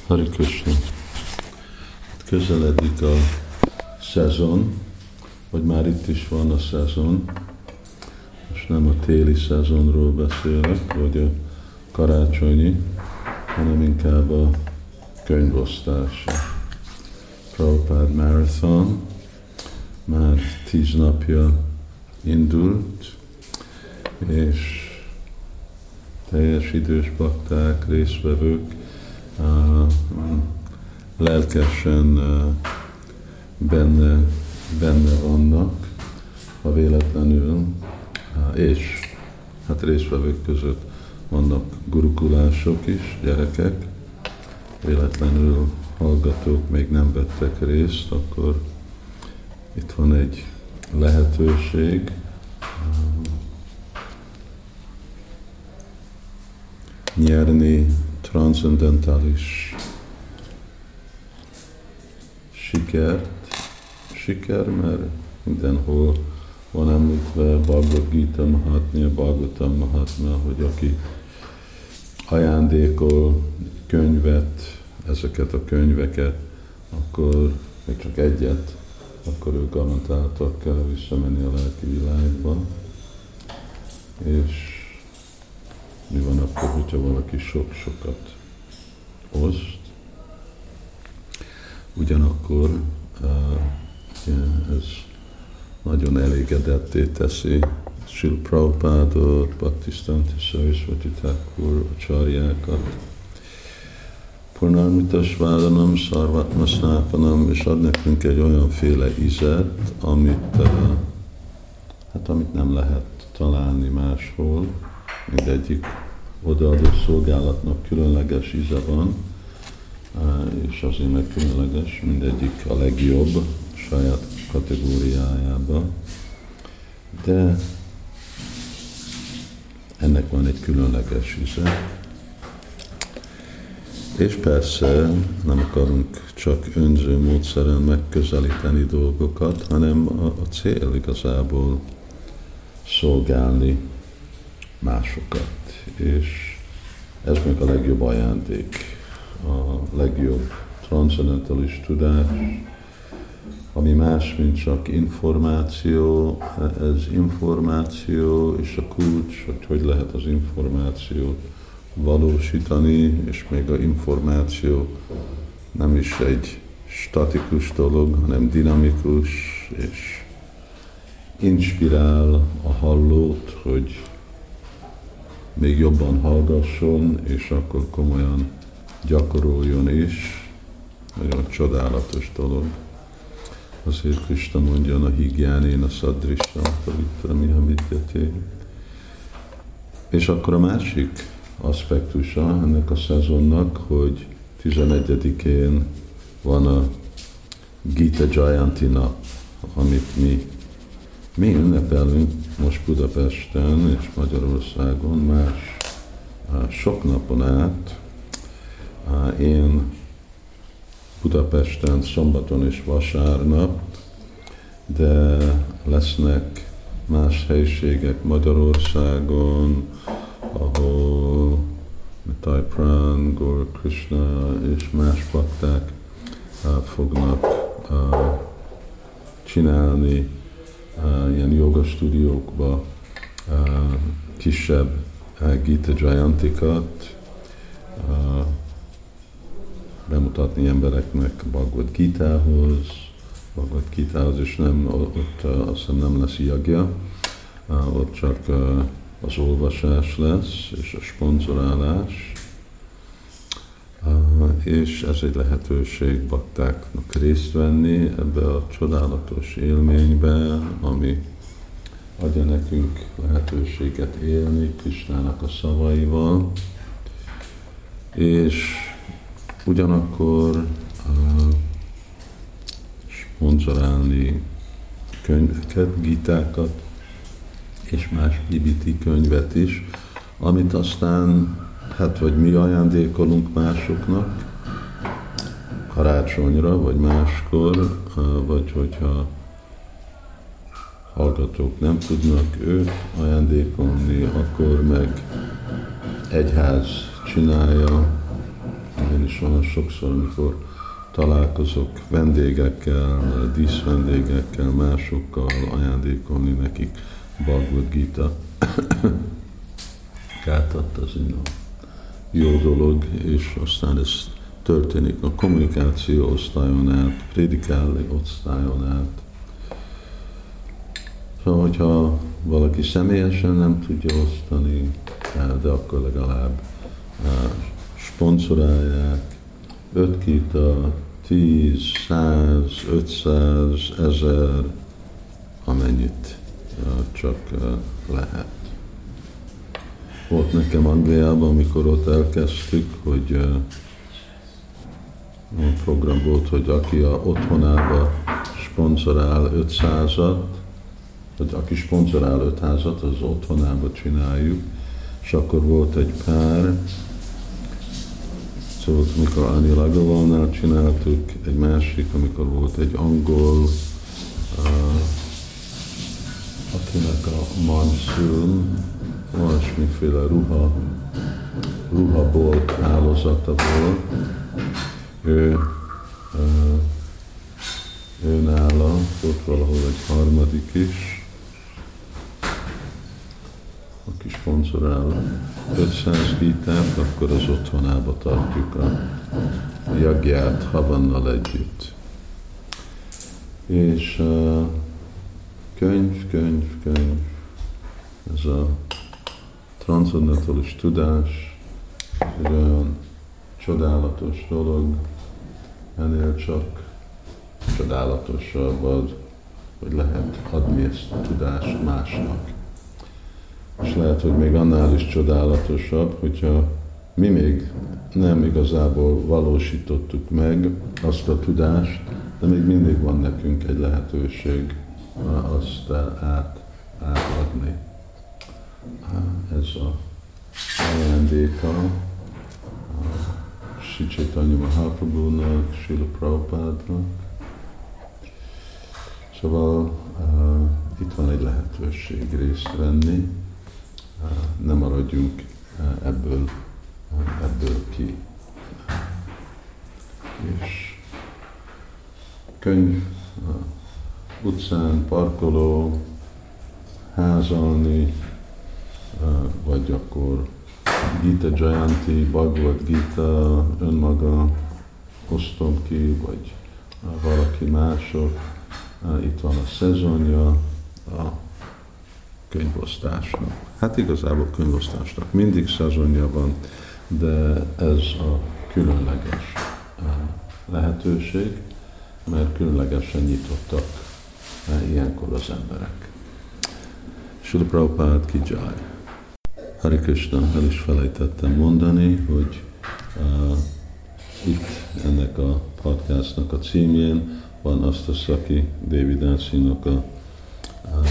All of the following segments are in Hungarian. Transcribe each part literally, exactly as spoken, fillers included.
Hare Krishna. Közeledik a szezon, vagy már itt is van a szezon. Most nem a téli szezonról beszélek, vagy a karácsonyi, hanem inkább a könyvosztás. Prabhupada Marathon már tíz napja indult, és teljes idős bakták, résztvevők uh, lelkesen uh, benne, benne vannak, ha véletlenül, uh, és hát résztvevők között vannak gurukulások is, gyerekek, véletlenül hallgatók még nem vettek részt, akkor itt van egy lehetőség, nyerni transzendentális sikert, siker, mert mindenhol van említve Bhagavad Gita Mahatmya, Bhagavatam Mahatmya, hogy aki ajándékol könyvet, ezeket a könyveket, akkor még csak egyet, akkor ők garantáltak kell visszamenni a lelki világba. És mi van akkor, hogyha valaki sok-sokat oszt? Ugyanakkor uh, ez nagyon elégedetté teszi Srila Prabhupádot, Bhaktisiddhanta Saraswati Thakur, Acharjákat, Purnamrita Svádanam, Sarvatma Snápanam, és ad nekünk egy olyanféle ízet, amit, uh, hát amit nem lehet találni máshol. Mindegyik odaadó szolgálatnak különleges íze van, és azért meg különleges, mindegyik a legjobb saját kategóriájában, de ennek van egy különleges íze. És persze nem akarunk csak önző módszeren megközelíteni dolgokat, hanem a, a cél igazából szolgálni másokat, és ez meg a legjobb ajándék, a legjobb transzendentális tudás, ami más, mint csak információ, ez információ, és a kulcs, hogy hogy lehet az információt valósítani, és még az információ nem is egy statikus dolog, hanem dinamikus, és inspirál a hallót, hogy még jobban hallgasson, és akkor komolyan gyakoroljon is. Nagyon csodálatos dolog. Azért Krishna mondja, a higgyánén a szadrissa, a miha vidyaté. És akkor a másik aspektusa ennek a szezonnak, hogy tizenegyedikén van a Gita Jayanti nap, amit mi Mi ünnepelünk most Budapesten és Magyarországon más sok napon át. Én Budapesten szombaton és vasárnap, de lesznek más helyiségek Magyarországon, ahol Nitai Pran, Gaur Krishna és más bakták fognak csinálni Uh, ilyen joga stúdiókba uh, kisebb uh, Gita Jayantikat, uh, bemutatni embereknek Bhagavad Gitához, Bhagavad Gitához, és nem, ott uh, azt hiszem nem lesz jagya, uh, ott csak uh, az olvasás lesz, és a sponzorálás, uh, és ez egy lehetőség baktáknak részt venni ebbe a csodálatos élménybe, ami adja nekünk lehetőséget élni Krisnának a szavaival, és ugyanakkor uh, sponzorálni könyveket, gitákat, és más bé bé té könyvet is, amit aztán hát vagy mi ajándékolunk másoknak karácsonyra, vagy máskor, vagy hogyha hallgatók nem tudnak őt ajándékolni, akkor meg egyház csinálja Én is olyan sokszor, amikor találkozok vendégekkel, díszvendégekkel, másokkal, ajándékolni nekik Bhagavad Gita gátat, az jó dolog, és aztán ez történik a kommunikáció osztályon át, prédikálni osztályon át. Szóval, hogyha valaki személyesen nem tudja osztani, de akkor legalább szponzorálják öt gita, tíz, száz, ötszáz, ezer, amennyit csak lehet. Volt nekem Angliában, amikor ott elkezdtük, hogy uh, program volt, hogy aki a otthonába szponzorál ötszázat, vagy aki szponzorál ötházat, az otthonába csináljuk, és akkor volt egy pár, szóval amikor Ani Lagavalnál csináltuk, egy másik, amikor volt egy angol, uh, akinek a Monsoon, valamiféle ruha, ruhabolt hálózata volt. Ő, ő, ő nála volt valahol egy harmadik is, aki szponzorál ötszáz gitát, akkor az otthonába tartjuk a jagját Havannal együtt. És uh, könyv, könyv, könyv, ez a transzendentális tudás, ez egy olyan csodálatos dolog, ennél csak csodálatosabb az, hogy lehet adni ezt a tudást másnak. És lehet, hogy még annál is csodálatosabb, hogyha mi még nem igazából valósítottuk meg azt a tudást, de még mindig van nekünk egy lehetőség azt át, átadni. Ez a ajándéka Sri Chaitanya Mahaprabhunak, Srila Prabhupádnak. Szóval uh, itt van egy lehetőség részt venni, uh, nem maradjunk uh, ebből, uh, ebből ki. És könyv, uh, utcán, parkoló, házalni, uh, vagy akkor Gita Jayanti, Bhagavad Gita, önmaga osztom ki, vagy uh, valaki mások. Uh, itt van a szezonja a könyvosztásnak. Hát igazából könyvosztásnak mindig szezonja van, de ez a különleges uh, lehetőség, mert különlegesen nyitottak uh, ilyenkor az emberek. Srila Prabhupád ki jai. Hare Krishna, el is felejtettem mondani, hogy uh, itt ennek a podcastnak a címjén van azt a Szaki Devidásinak a uh,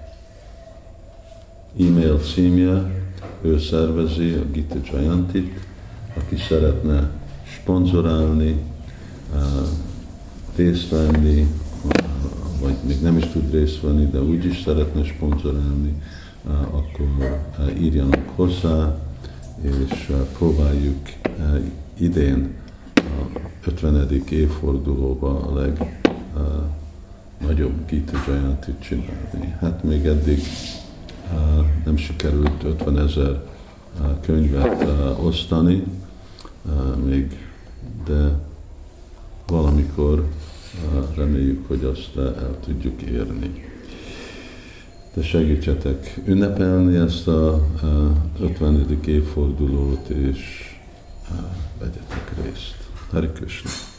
e-mail címje, ő szervezi a Gita Jayantit, aki szeretne szponzorálni, uh, részt venni, uh, vagy még nem is tud részt venni, de úgyis szeretne szponzorálni, uh, akkor uh, írjanak hozzá, és uh, próbáljuk uh, idén a ötvenedik évfordulóban a legnagyobb uh, Gita Jayantit csinálni. Hát még eddig uh, nem sikerült ötvenezer uh, könyvet uh, osztani, uh, még, de valamikor uh, reméljük, hogy azt uh, el tudjuk érni. De segítsetek ünnepelni ezt a uh, ötvenedik évfordulót, és uh, vegyetek részt. Hare Krishna!